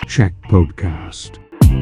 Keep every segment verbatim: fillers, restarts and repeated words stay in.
Check Podcast.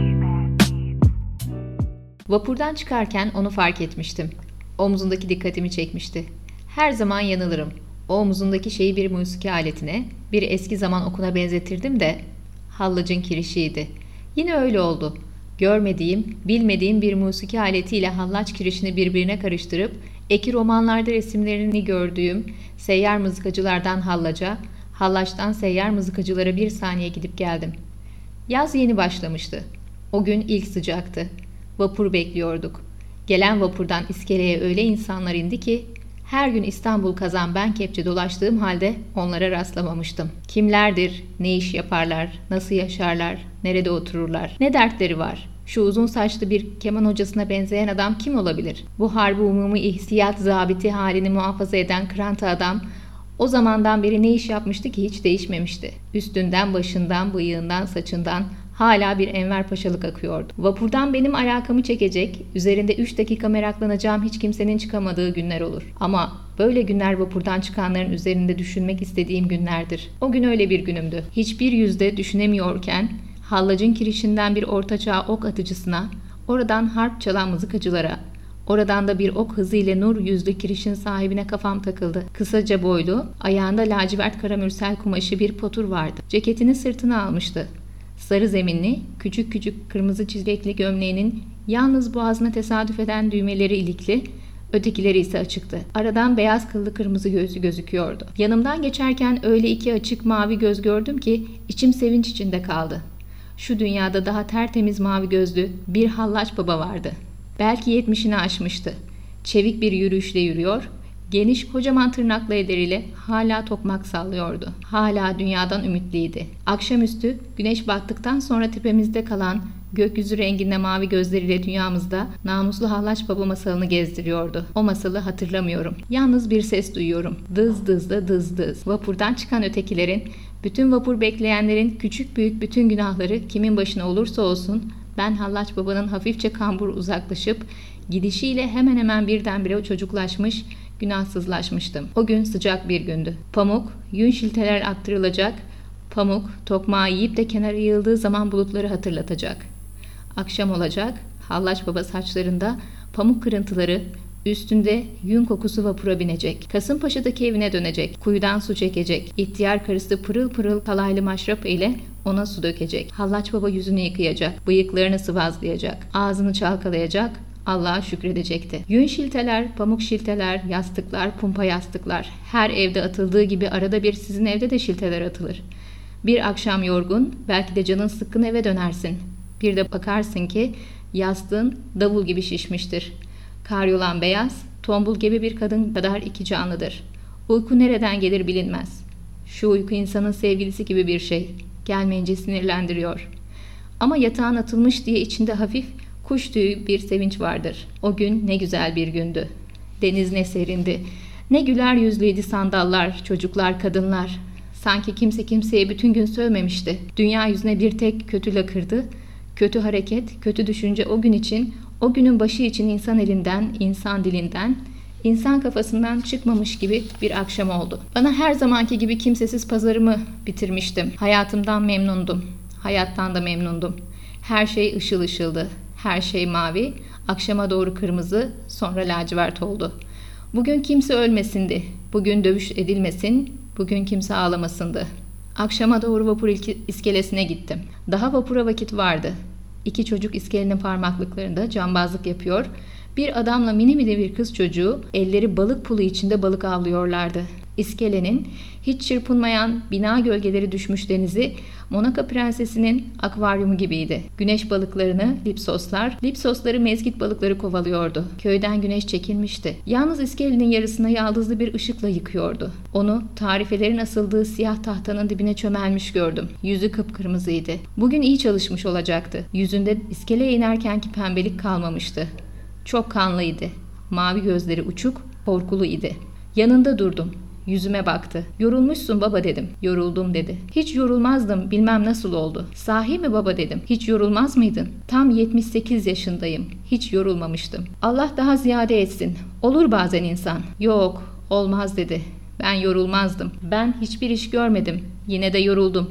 Vapurdan çıkarken onu fark etmiştim. Omzundaki dikkatimi çekmişti. Her zaman yanılırım. O omzundaki şeyi bir musiki aletine, bir eski zaman okuna benzetirdim de hallacın kirişiydi. Yine öyle oldu. Görmediğim, bilmediğim bir musiki aletiyle hallaç kirişini birbirine karıştırıp eki romanlarda resimlerini gördüğüm seyyar mızıkacılardan hallaca, hallaçtan seyyar mızıkacılara bir saniye gidip geldim. Yaz yeni başlamıştı. O gün ilk sıcaktı. Vapur bekliyorduk. Gelen vapurdan iskeleye öyle insanlar indi ki her gün İstanbul Kazan ben kepçe dolaştığım halde onlara rastlamamıştım. Kimlerdir, ne iş yaparlar, nasıl yaşarlar, nerede otururlar, ne dertleri var? Şu uzun saçlı bir keman hocasına benzeyen adam kim olabilir? Bu harbi umumi ihsiyat zabiti halini muhafaza eden kıranta adam o zamandan beri ne iş yapmıştı ki hiç değişmemişti. Üstünden, başından, bıyığından, saçından hala bir Enver Paşalık akıyordu. Vapurdan benim alakamı çekecek, üzerinde üç dakika meraklanacağım hiç kimsenin çıkamadığı günler olur. Ama böyle günler vapurdan çıkanların üzerinde düşünmek istediğim günlerdir. O gün öyle bir günümdü. Hiçbir yüzde düşünemiyorken hallacın kirişinden bir ortaçağ ok atıcısına, oradan harp çalan mızıkacılara, oradan da bir ok hızıyla nur yüzlü kirişin sahibine kafam takıldı. Kısaca boylu, ayağında lacivert karamürsel kumaşı bir potur vardı. Ceketini sırtına almıştı. Sarı zeminli, küçük küçük kırmızı çizgekli gömleğinin yalnız boğazına tesadüf eden düğmeleri ilikli, ötekileri ise açıktı. Aradan beyaz kıllı kırmızı gözü gözüküyordu. Yanımdan geçerken öyle iki açık mavi göz gördüm ki içim sevinç içinde kaldı. Şu dünyada daha tertemiz mavi gözlü bir hallaç baba vardı. Belki yetmişini aşmıştı. Çevik bir yürüyüşle yürüyor, geniş kocaman tırnaklı elleriyle hala tokmak sallıyordu. Hala dünyadan ümitliydi. Akşamüstü güneş battıktan sonra tepemizde kalan gökyüzü renginde mavi gözleriyle dünyamızda namuslu hallaç baba masalını gezdiriyordu. O masalı hatırlamıyorum. Yalnız bir ses duyuyorum. Dız dız da dız dız. Vapurdan çıkan ötekilerin, bütün vapur bekleyenlerin küçük büyük bütün günahları kimin başına olursa olsun ben hallaç babanın hafifçe kambur uzaklaşıp gidişiyle hemen hemen birdenbire çocuklaşmış, günahsızlaşmıştım. O gün sıcak bir gündü. Pamuk, yün şilteler attırılacak. Pamuk, tokmağı yiyip de kenara yığıldığı zaman bulutları hatırlatacak. Akşam olacak. Hallaç baba saçlarında pamuk kırıntıları, üstünde yün kokusu vapura binecek. Kasımpaşa'daki evine dönecek. Kuyudan su çekecek. İhtiyar karısı pırıl pırıl kalaylı maşrapa ile ona su dökecek. Hallaç baba yüzünü yıkayacak. Bıyıklarını sıvazlayacak. Ağzını çalkalayacak. Allah'a şükredecekti. Yün şilteler, pamuk şilteler, yastıklar, pumpa yastıklar. Her evde atıldığı gibi arada bir sizin evde de şilteler atılır. Bir akşam yorgun, belki de canın sıkkın eve dönersin. Bir de bakarsın ki yastığın davul gibi şişmiştir. Karyolan beyaz, tombul gibi bir kadın kadar iki canlıdır. Uyku nereden gelir bilinmez. Şu uyku insanın sevgilisi gibi bir şey. Gelmeyince sinirlendiriyor. Ama yatağın atılmış diye içinde hafif kuş tüyü bir sevinç vardır. O gün ne güzel bir gündü. Deniz ne serindi. Ne güler yüzlüydü sandallar, çocuklar, kadınlar. Sanki kimse kimseye bütün gün sövmemişti. Dünya yüzüne bir tek kötü lakırdı. Kötü hareket, kötü düşünce o gün için, o günün başı için insan elinden, insan dilinden, insan kafasından çıkmamış gibi bir akşam oldu. Bana her zamanki gibi kimsesiz pazarımı bitirmiştim. Hayatımdan memnundum. Hayattan da memnundum. Her şey ışıl ışıldı. Her şey mavi, akşama doğru kırmızı, sonra lacivert oldu. Bugün kimse ölmesindi, bugün dövüş edilmesin, bugün kimse ağlamasındı. Akşama doğru vapur iskelesine gittim. Daha vapura vakit vardı. İki çocuk iskelenin parmaklıklarında cambazlık yapıyor. Bir adamla mini mini bir kız çocuğu elleri balık pulu içinde balık avlıyorlardı. İskelenin hiç çırpınmayan bina gölgeleri düşmüş denizi Monaco prensesinin akvaryumu gibiydi. Güneş balıklarını lipsoslar, lipsosları mezgit balıkları kovalıyordu. Köyden güneş çekilmişti. Yalnız iskelenin yarısına yaldızlı bir ışıkla yıkıyordu. Onu tarifelerin asıldığı siyah tahtanın dibine çömelmiş gördüm. Yüzü kıpkırmızıydı. Bugün iyi çalışmış olacaktı. Yüzünde iskeleye inerkenki pembelik kalmamıştı. Çok kanlıydı. Mavi gözleri uçuk, korkulu idi. Yanında durdum. Yüzüme baktı. Yorulmuşsun baba dedim. Yoruldum dedi. Hiç yorulmazdım, bilmem nasıl oldu. Sahi mi baba dedim. Hiç yorulmaz mıydın? Tam yetmiş sekiz yaşındayım. Hiç yorulmamıştım. Allah daha ziyade etsin. Olur bazen insan. Yok, olmaz dedi. Ben yorulmazdım. Ben hiçbir iş görmedim. Yine de yoruldum.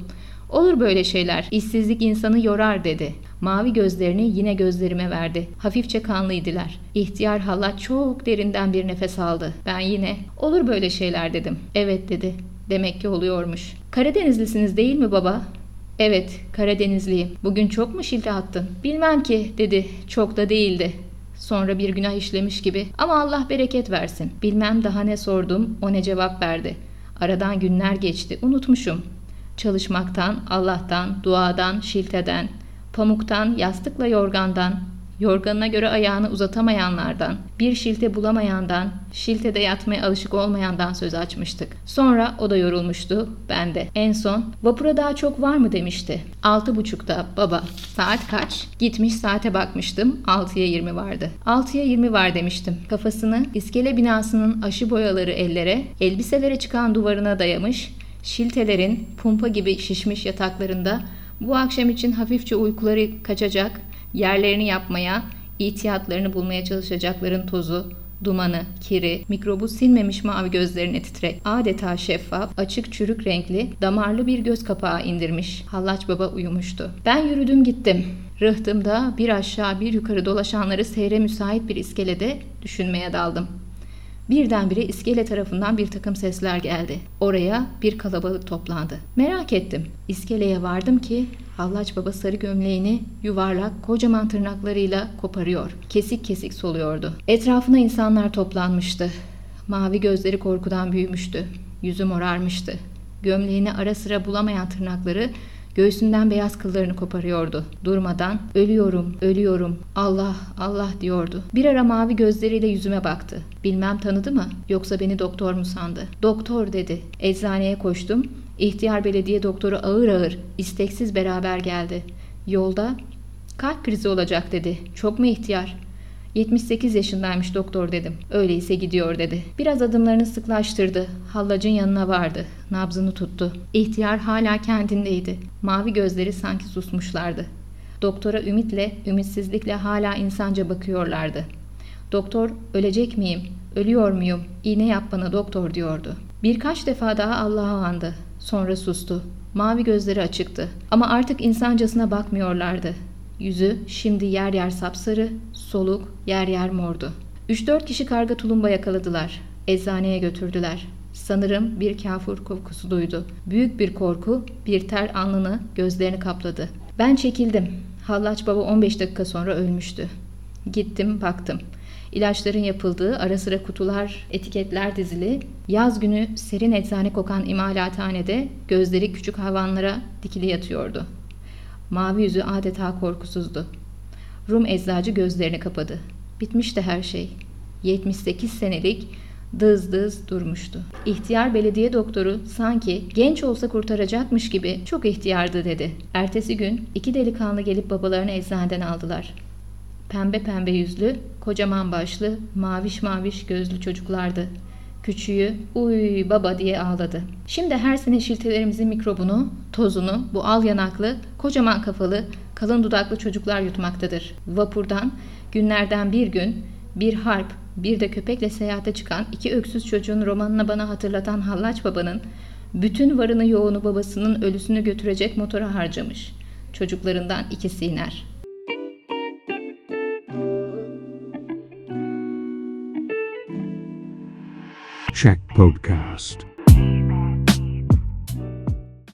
Olur böyle şeyler. İşsizlik insanı yorar dedi. Mavi gözlerini yine gözlerime verdi. Hafifçe kanlıydılar. İhtiyar Hallaç çok derinden bir nefes aldı. Ben yine olur böyle şeyler dedim. Evet dedi. Demek ki oluyormuş. Karadenizlisiniz değil mi baba? Evet, Karadenizliyim. Bugün çok mu şilte attın? Bilmem ki dedi. Çok da değildi. Sonra bir günah işlemiş gibi. Ama Allah bereket versin. Bilmem daha ne sordum, o ne cevap verdi. Aradan günler geçti. Unutmuşum. Çalışmaktan, Allah'tan, duadan, şilteden, pamuktan, yastıkla yorgandan, yorganına göre ayağını uzatamayanlardan, bir şilte bulamayandan, şiltede yatmaya alışık olmayandan söz açmıştık. Sonra o da yorulmuştu, ben de. En son, vapura daha çok var mı demişti. Altı buçukta baba. Saat kaç? Gitmiş saate bakmıştım, altıya yirmi vardı. Altıya yirmi var demiştim. Kafasını iskele binasının aşı boyaları ellere, elbiselere çıkan duvarına dayamış, şiltelerin pumpa gibi şişmiş yataklarında bu akşam için hafifçe uykuları kaçacak, yerlerini yapmaya, ihtiyatlarını bulmaya çalışacakların tozu, dumanı, kiri, mikrobu silmemiş mavi gözlerine titrek, adeta şeffaf, açık çürük renkli, damarlı bir göz kapağı indirmiş. Hallaç baba uyumuştu. Ben yürüdüm gittim. Rıhtımda bir aşağı bir yukarı dolaşanları seyre müsait bir iskelede düşünmeye daldım. Birdenbire iskele tarafından bir takım sesler geldi. Oraya bir kalabalık toplandı. Merak ettim. İskeleye vardım ki Hallaç baba sarı gömleğini yuvarlak kocaman tırnaklarıyla koparıyor. Kesik kesik soluyordu. Etrafına insanlar toplanmıştı. Mavi gözleri korkudan büyümüştü. Yüzü morarmıştı. Gömleğini ara sıra bulamayan tırnakları göğsünden beyaz kıllarını koparıyordu. Durmadan ölüyorum, ölüyorum, Allah, Allah diyordu. Bir ara mavi gözleriyle yüzüme baktı. Bilmem tanıdı mı yoksa beni doktor mu sandı? Doktor dedi. Eczaneye koştum. İhtiyar belediye doktoru ağır ağır, isteksiz beraber geldi. Yolda kalp krizi olacak dedi. Çok mu ihtiyar? yetmiş sekiz yaşındaymış doktor dedim. Öyleyse gidiyor dedi. Biraz adımlarını sıklaştırdı. Hallacın yanına vardı. Nabzını tuttu. İhtiyar hala kendindeydi. Mavi gözleri sanki susmuşlardı. Doktora ümitle, ümitsizlikle hala insanca bakıyorlardı. Doktor, ölecek miyim? Ölüyor muyum? İğne yap bana doktor diyordu. Birkaç defa daha Allah'a andı. Sonra sustu. Mavi gözleri açıktı. Ama artık insancasına bakmıyorlardı. Yüzü şimdi yer yer sapsarı, soluk, yer yer mordu. Üç dört kişi karga tulumba yakaladılar. Eczaneye götürdüler. Sanırım bir kafur kokusu duydu. Büyük bir korku, bir ter alnını, gözlerini kapladı. Ben çekildim. Hallaç baba on beş dakika sonra ölmüştü. Gittim, baktım. İlaçların yapıldığı ara sıra kutular, etiketler dizili, yaz günü serin eczane kokan imalathanede gözleri küçük hayvanlara dikili yatıyordu. Mavi yüzü adeta korkusuzdu. Rum eczacı gözlerini kapadı. Bitmişti her şey. yetmiş sekiz senelik dız dız durmuştu. İhtiyar belediye doktoru sanki genç olsa kurtaracakmış gibi çok ihtiyardı dedi. Ertesi gün iki delikanlı gelip babalarını eczaneden aldılar. Pembe pembe yüzlü, kocaman başlı, maviş maviş gözlü çocuklardı. Küçüğü uy baba diye ağladı. Şimdi her sene şiltelerimizin mikrobunu, tozunu bu al yanaklı, kocaman kafalı, kalın dudaklı çocuklar yutmaktadır. Vapurdan günlerden bir gün bir harp, bir de köpekle seyahate çıkan iki öksüz çocuğun romanını bana hatırlatan Hallaç babanın bütün varını yoğunu babasının ölüsünü götürecek motora harcamış. Çocuklarından ikisi iner. Check Podcast.